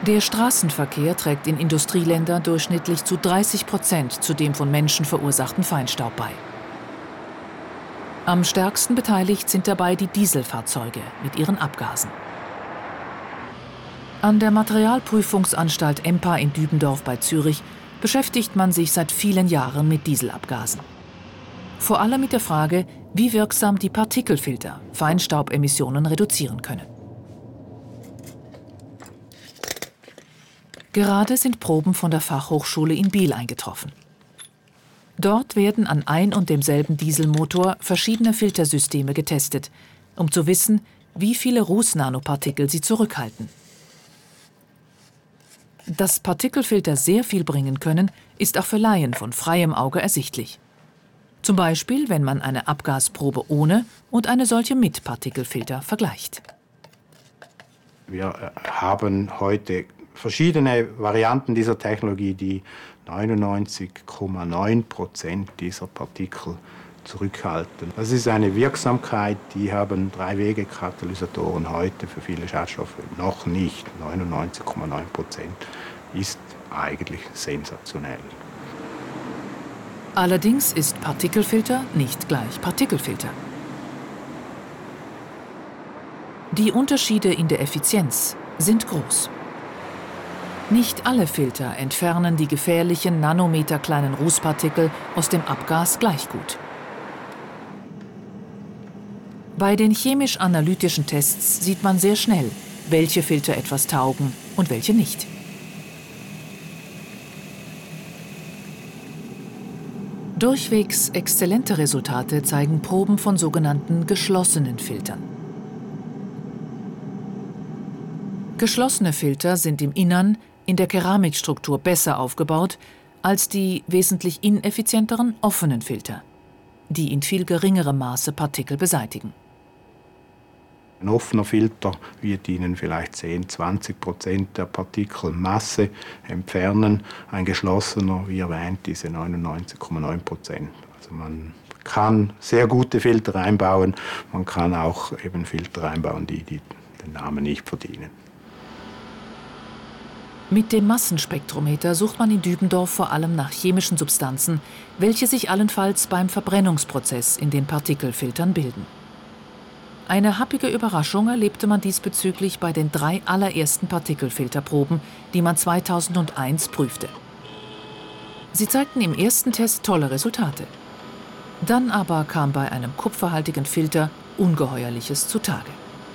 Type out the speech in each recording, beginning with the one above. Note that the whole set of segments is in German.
Der Straßenverkehr trägt in Industrieländern durchschnittlich zu 30% zu dem von Menschen verursachten Feinstaub bei. Am stärksten beteiligt sind dabei die Dieselfahrzeuge mit ihren Abgasen. An der Materialprüfungsanstalt EMPA in Dübendorf bei Zürich beschäftigt man sich seit vielen Jahren mit Dieselabgasen. Vor allem mit der Frage, wie wirksam die Partikelfilter Feinstaubemissionen reduzieren können. Gerade sind Proben von der Fachhochschule in Biel eingetroffen. Dort werden an ein und demselben Dieselmotor verschiedene Filtersysteme getestet, um zu wissen, wie viele Ruß-Nanopartikel sie zurückhalten. Dass Partikelfilter sehr viel bringen können, ist auch für Laien von freiem Auge ersichtlich. Zum Beispiel, wenn man eine Abgasprobe ohne und eine solche mit Partikelfilter vergleicht. Wir haben heute verschiedene Varianten dieser Technologie, die 99,9% dieser Partikel zurückhalten. Das ist eine Wirksamkeit, die haben 3-Wege-Katalysatoren heute für viele Schadstoffe noch nicht. 99,9% ist eigentlich sensationell. Allerdings ist Partikelfilter nicht gleich Partikelfilter. Die Unterschiede in der Effizienz sind groß. Nicht alle Filter entfernen die gefährlichen nanometerkleinen Rußpartikel aus dem Abgas gleich gut. Bei den chemisch-analytischen Tests sieht man sehr schnell, welche Filter etwas taugen und welche nicht. Durchwegs exzellente Resultate zeigen Proben von sogenannten geschlossenen Filtern. Geschlossene Filter sind im Innern in der Keramikstruktur besser aufgebaut als die wesentlich ineffizienteren offenen Filter, die in viel geringerem Maße Partikel beseitigen. Ein offener Filter wird Ihnen vielleicht 10–20% der Partikelmasse entfernen. Ein geschlossener, wie erwähnt, diese 99,9%. Also man kann sehr gute Filter einbauen, man kann auch eben Filter einbauen, die den Namen nicht verdienen. Mit dem Massenspektrometer sucht man in Dübendorf vor allem nach chemischen Substanzen, welche sich allenfalls beim Verbrennungsprozess in den Partikelfiltern bilden. Eine happige Überraschung erlebte man diesbezüglich bei den 3 allerersten Partikelfilterproben, die man 2001 prüfte. Sie zeigten im ersten Test tolle Resultate. Dann aber kam bei einem kupferhaltigen Filter Ungeheuerliches zutage.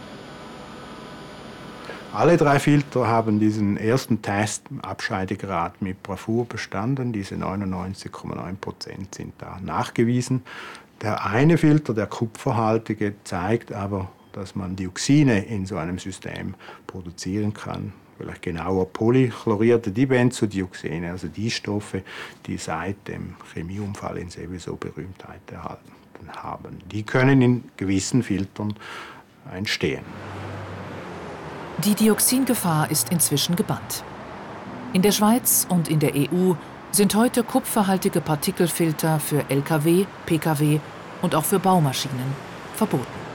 Alle 3 Filter haben diesen ersten Test Abscheidegrad mit Bravour bestanden. Diese 99,9% sind da nachgewiesen. Der eine Filter, der kupferhaltige, zeigt aber, dass man Dioxine in so einem System produzieren kann. Vielleicht genauer polychlorierte Dibenzodioxine, also die Stoffe, die seit dem Chemieunfall in Seveso Berühmtheit erhalten haben. Die können in gewissen Filtern entstehen. Die Dioxingefahr ist inzwischen gebannt. In der Schweiz und in der EU sind heute kupferhaltige Partikelfilter für Lkw, Pkw und auch für Baumaschinen verboten.